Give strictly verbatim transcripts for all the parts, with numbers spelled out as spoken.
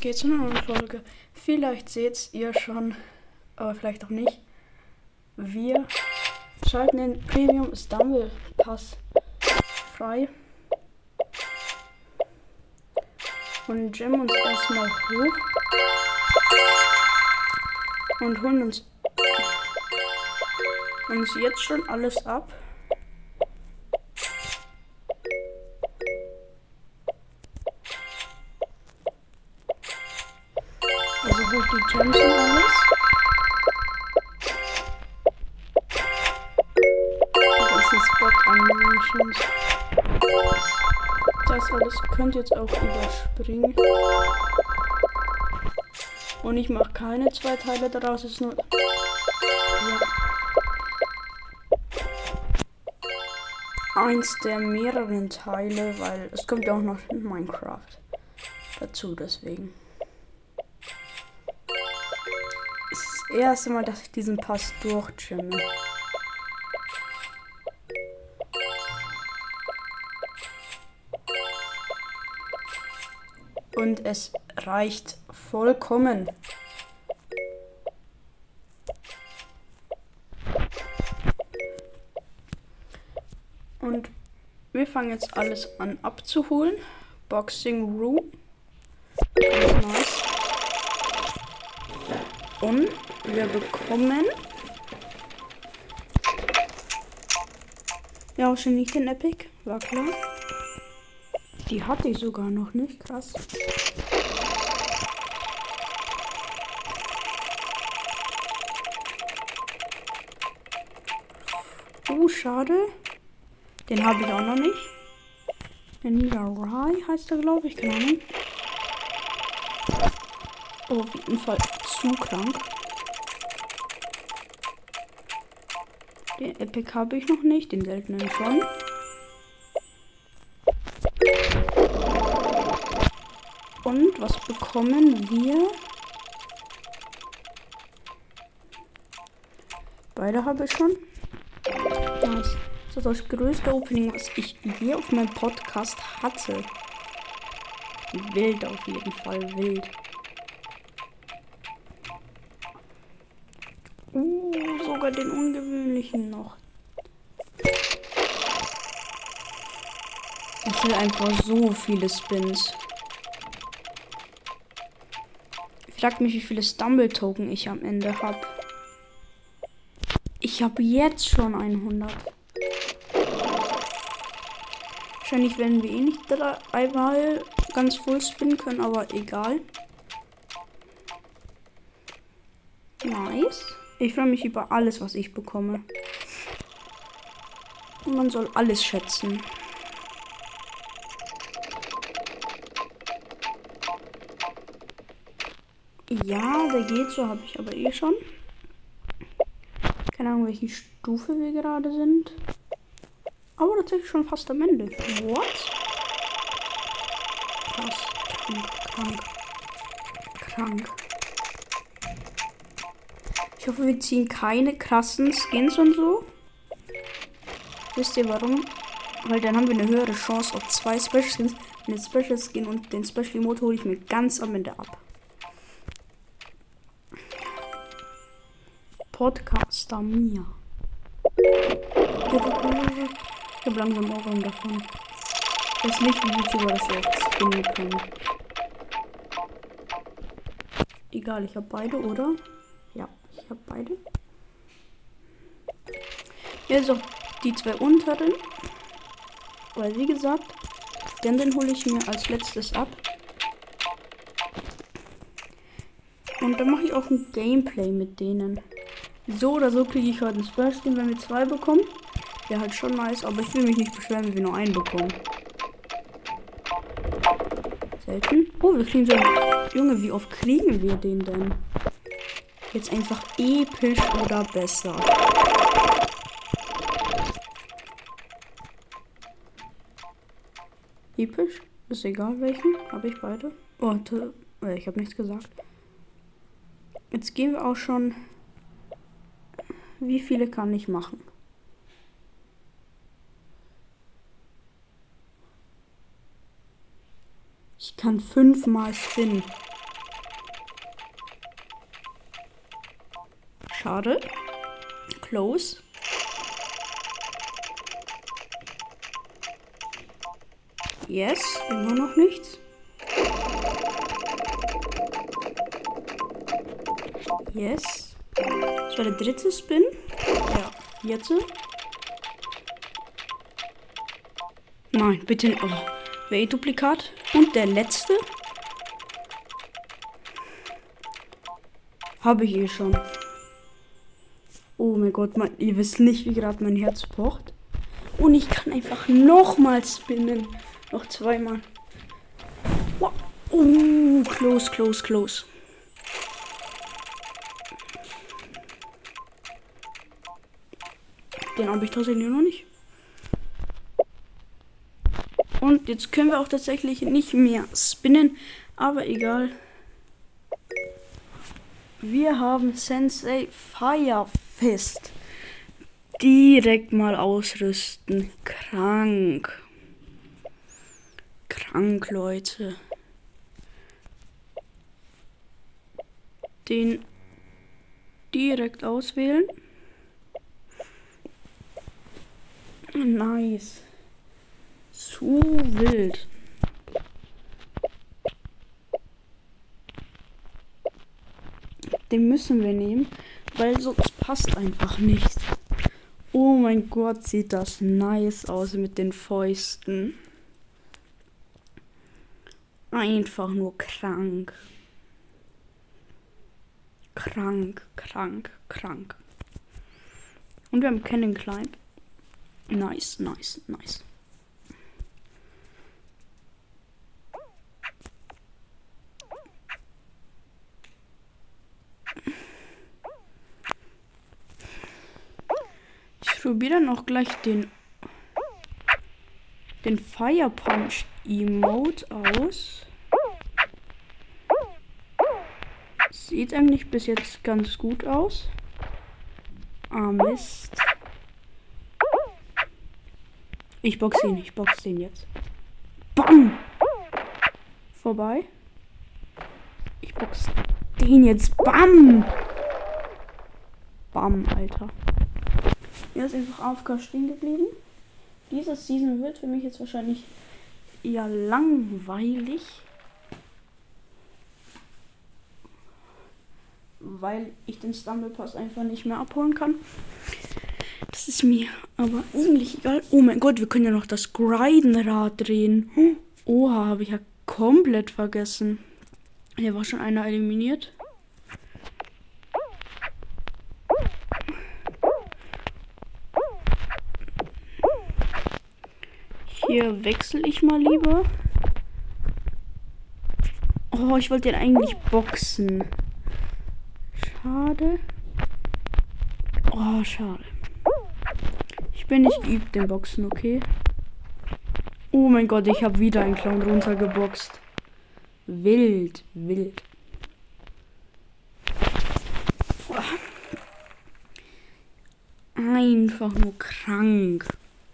Geht zu einer neuen Folge. Vielleicht seht ihr schon, aber vielleicht auch nicht. Wir schalten den Premium Stumble Pass frei und jammen uns erstmal hoch und holen uns, uns jetzt schon alles ab. Also holt die Gems und alles. Die ganzen Spot-Animations. Das alles könnt ihr jetzt auch überspringen. Und ich mache keine zwei Teile daraus, es ist nur... Ja. Eins der mehreren Teile, weil es kommt ja auch noch in Minecraft dazu, deswegen. Es ist das erste Mal, dass ich diesen Pass durchjamme. Und es reicht vollkommen. Und wir fangen jetzt alles an abzuholen. Boxing Room. Ganz nice. Und wir bekommen... Ja, wahrscheinlich den Epic. War klar. Die hatte ich sogar noch nicht. Krass. Oh, schade. Den habe ich auch noch nicht. Der Nidarai heißt er, glaube ich. Keine Ahnung. Oh, auf jeden Fall zu krank. Den Epic habe ich noch nicht. Den seltenen schon. Und was bekommen wir? Beide habe ich schon. Nice. Das ist das größte Opening, was ich je auf meinem Podcast hatte. Wild auf jeden Fall, wild. Uh, sogar den ungewöhnlichen noch. Das sind einfach so viele Spins. Fragt mich, wie viele Stumble-Token ich am Ende habe. Ich habe jetzt schon hundert. Wahrscheinlich werden wir eh nicht dreimal ganz voll spinnen können, aber egal. Nice. Ich freue mich über alles, was ich bekomme. Und man soll alles schätzen. Ja, der geht so, habe ich aber eh schon. Keine Ahnung, welche Stufe wir gerade sind. Aber tatsächlich schon fast am Ende. What? Krass. Krank, krank. Krank. Ich hoffe, wir ziehen keine krassen Skins und so. Wisst ihr warum? Weil dann haben wir eine höhere Chance auf zwei Special Skins. Den Special Skin und den Special Emote hole ich mir ganz am Ende ab. Podcaster Mia. Ich habe langsam Ohrwurm davon. Das ist nicht wie YouTuber, das jetzt spinnen können. Egal, ich habe beide, oder? Ja, ich habe beide. Jetzt auch die zwei unteren. Weil, wie gesagt, den, den hole ich mir als letztes ab. Und dann mache ich auch ein Gameplay mit denen. So oder so kriege ich heute ein Special Skin, wenn wir zwei bekommen. Wäre halt schon nice, aber ich will mich nicht beschweren, wenn wir nur einen bekommen. Selten. Oh, wir kriegen so einen... Junge, wie oft kriegen wir den denn? Jetzt einfach episch oder besser. Episch? Ist egal welchen. Habe ich beide. Oh, äh, ich habe nichts gesagt. Jetzt gehen wir auch schon... Wie viele kann ich machen? Ich kann fünfmal spinnen. Schade. Close. Yes, immer noch nichts. Yes. Das war der dritte Spin. Ja, vierte. Nein, bitte. Oh, wäre Duplikat. Und der letzte. Habe ich eh schon. Oh mein Gott, mein, ihr wisst nicht, wie gerade mein Herz pocht. Und ich kann einfach nochmal spinnen. Noch zweimal. Wow. Oh, close, close, close. Den habe ich tatsächlich noch nicht. Und jetzt können wir auch tatsächlich nicht mehr spinnen. Aber egal. Wir haben Sensei Firefist. Direkt mal ausrüsten. Krank. Krank, Leute. Den direkt auswählen. Nice. Zu wild. Den müssen wir nehmen, weil sonst passt einfach nicht. Oh mein Gott, sieht das nice aus mit den Fäusten. Einfach nur krank. Krank, krank, krank. Und wir haben Cannon Climb. Nice, nice, nice. Ich probiere dann auch gleich den den Fire Punch Emote aus. Sieht eigentlich bis jetzt ganz gut aus. Ah, Mist. Ich box ihn, ich box den jetzt. Bam! Vorbei. Ich box den jetzt. Bam! Bam, Alter. Er ist einfach A F K stehen geblieben. Diese Season wird für mich jetzt wahrscheinlich eher langweilig. Weil ich den Stumble Pass einfach nicht mehr abholen kann. Das ist mir aber eigentlich egal. Oh mein Gott, wir können ja noch das Gridenrad drehen. Oha, habe ich ja komplett vergessen. Hier war schon einer eliminiert. Hier wechsle ich mal lieber. Oh, ich wollte den eigentlich boxen. Schade. Oh, schade. Ich bin nicht geübt im Boxen, okay? Oh mein Gott, ich habe wieder einen Clown runtergeboxt. Wild, wild. Einfach nur krank.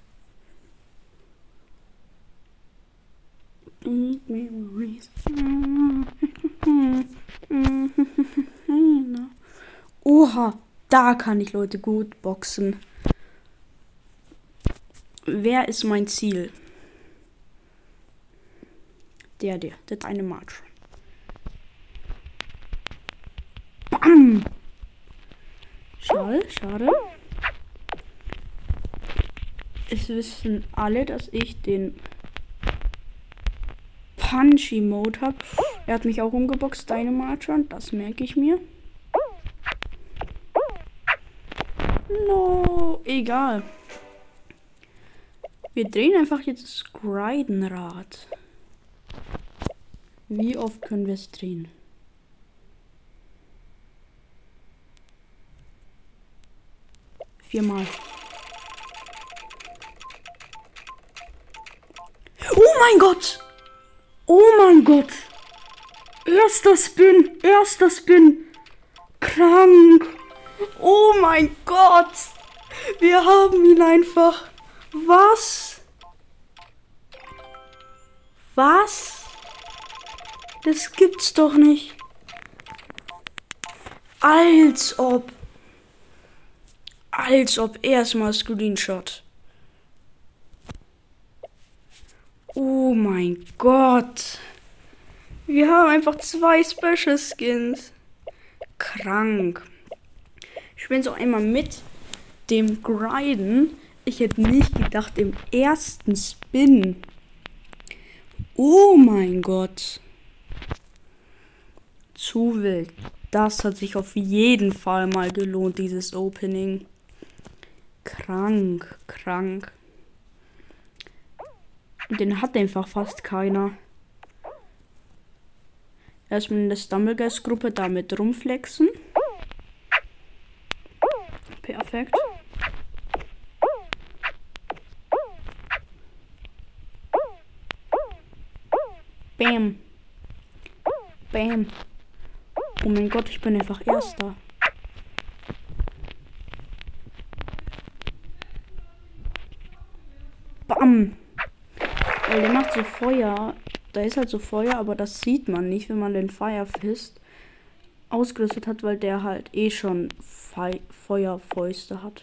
Oha, da kann ich Leute gut boxen. Wer ist mein Ziel? Der, der, das eine March. Bam! Schade, schade. Es wissen alle, dass ich den Punchy Mode habe. Er hat mich auch umgeboxt, deine Marcher. Das merke ich mir. No, egal. Wir drehen einfach jetzt das Gridenrad. Wie oft können wir es drehen? Viermal. Oh mein Gott! Oh mein Gott! Erster Spin! Erster Spin! Krank! Oh mein Gott! Wir haben ihn einfach. Was? Was? Das gibt's doch nicht. Als ob. Als ob erstmal Screenshot. Oh mein Gott. Wir haben einfach zwei Special Skins. Krank. Ich bin so einmal mit dem Grinden. Ich hätte nicht gedacht, im ersten Spin. Oh mein Gott. Zu wild. Das hat sich auf jeden Fall mal gelohnt, dieses Opening. Krank, krank. Und den hat einfach fast keiner. Erstmal in der Stumbleguys-Gruppe damit rumflexen. Perfekt. Bam. Bam. Oh mein Gott, ich bin einfach Erster. Bam. Weil der macht so Feuer. Da ist halt so Feuer, aber das sieht man nicht, wenn man den Fire Fist ausgerüstet hat, weil der halt eh schon Fe Feuerfäuste hat.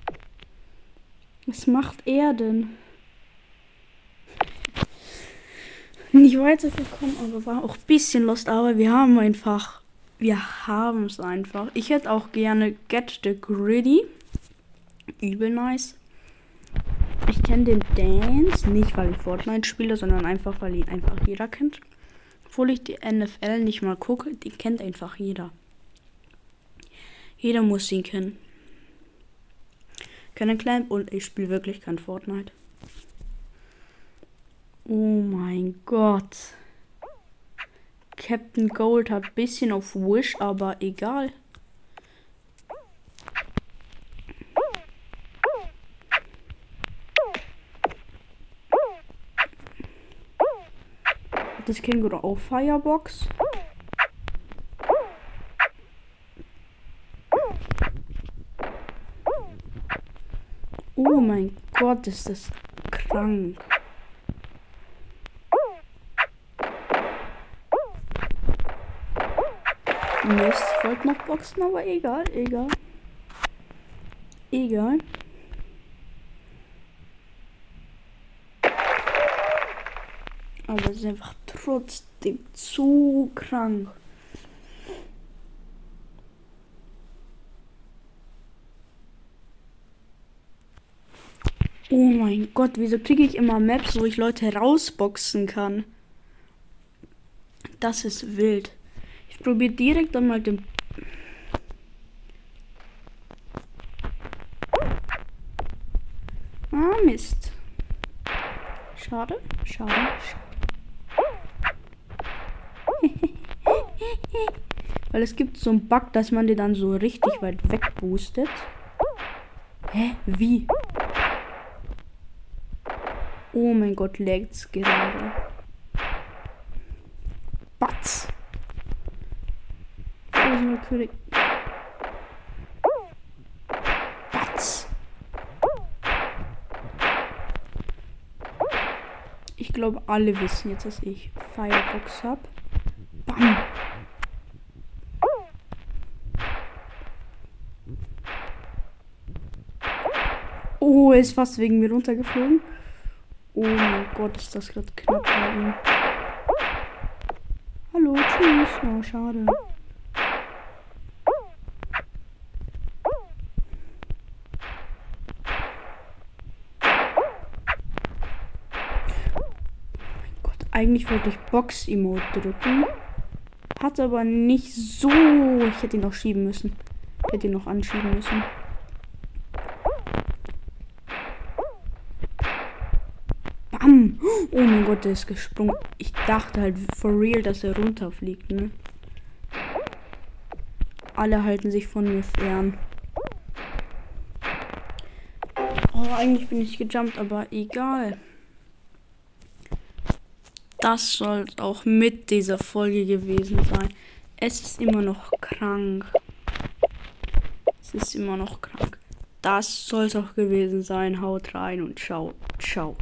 Was macht er denn? Nicht weitergekommen, aber war auch ein bisschen lost, aber wir haben einfach, wir haben es einfach. Ich hätte auch gerne Get the Gritty. Übel nice. Ich kenne den Dance nicht, weil ich Fortnite spiele, sondern einfach, weil ihn einfach jeder kennt. Obwohl ich die N F L nicht mal gucke, den kennt einfach jeder. Jeder muss ihn kennen. Kennen Clamp und ich spiele wirklich kein Fortnite. Oh mein Gott. Captain Gold hat ein bisschen auf Wish, aber egal. Das Känguru auch Firebox. Oh mein Gott, ist das krank. Mist, ich wollte noch boxen, aber egal, egal. Egal. Aber es ist einfach trotzdem zu krank. Oh mein Gott, wieso kriege ich immer Maps, wo ich Leute rausboxen kann? Das ist wild. Ich probiere direkt einmal den... Ah, Mist. Schade, schade, schade. Weil es gibt so einen Bug, dass man die dann so richtig weit weg boostet. Hä? Wie? Oh mein Gott, lag's gerade. Batz. König. Batz. Ich glaube, alle wissen jetzt, dass ich Firebox habe. Bam. Oh, er ist fast wegen mir runtergeflogen. Oh mein Gott, ist das gerade knapp bei ihm. Hallo, tschüss. Oh, schade. Eigentlich wollte ich Box-Emote drücken. Hat aber nicht so. Ich hätte ihn noch schieben müssen. Ich hätte ihn noch anschieben müssen. Bam! Oh mein Gott, der ist gesprungen. Ich dachte halt for real, dass er runterfliegt, ne? Alle halten sich von mir fern. Oh, eigentlich bin ich gejumpt, aber egal. Das soll auch mit dieser Folge gewesen sein. Es ist immer noch krank. Es ist immer noch krank. Das soll es auch gewesen sein. Haut rein und ciao, ciao.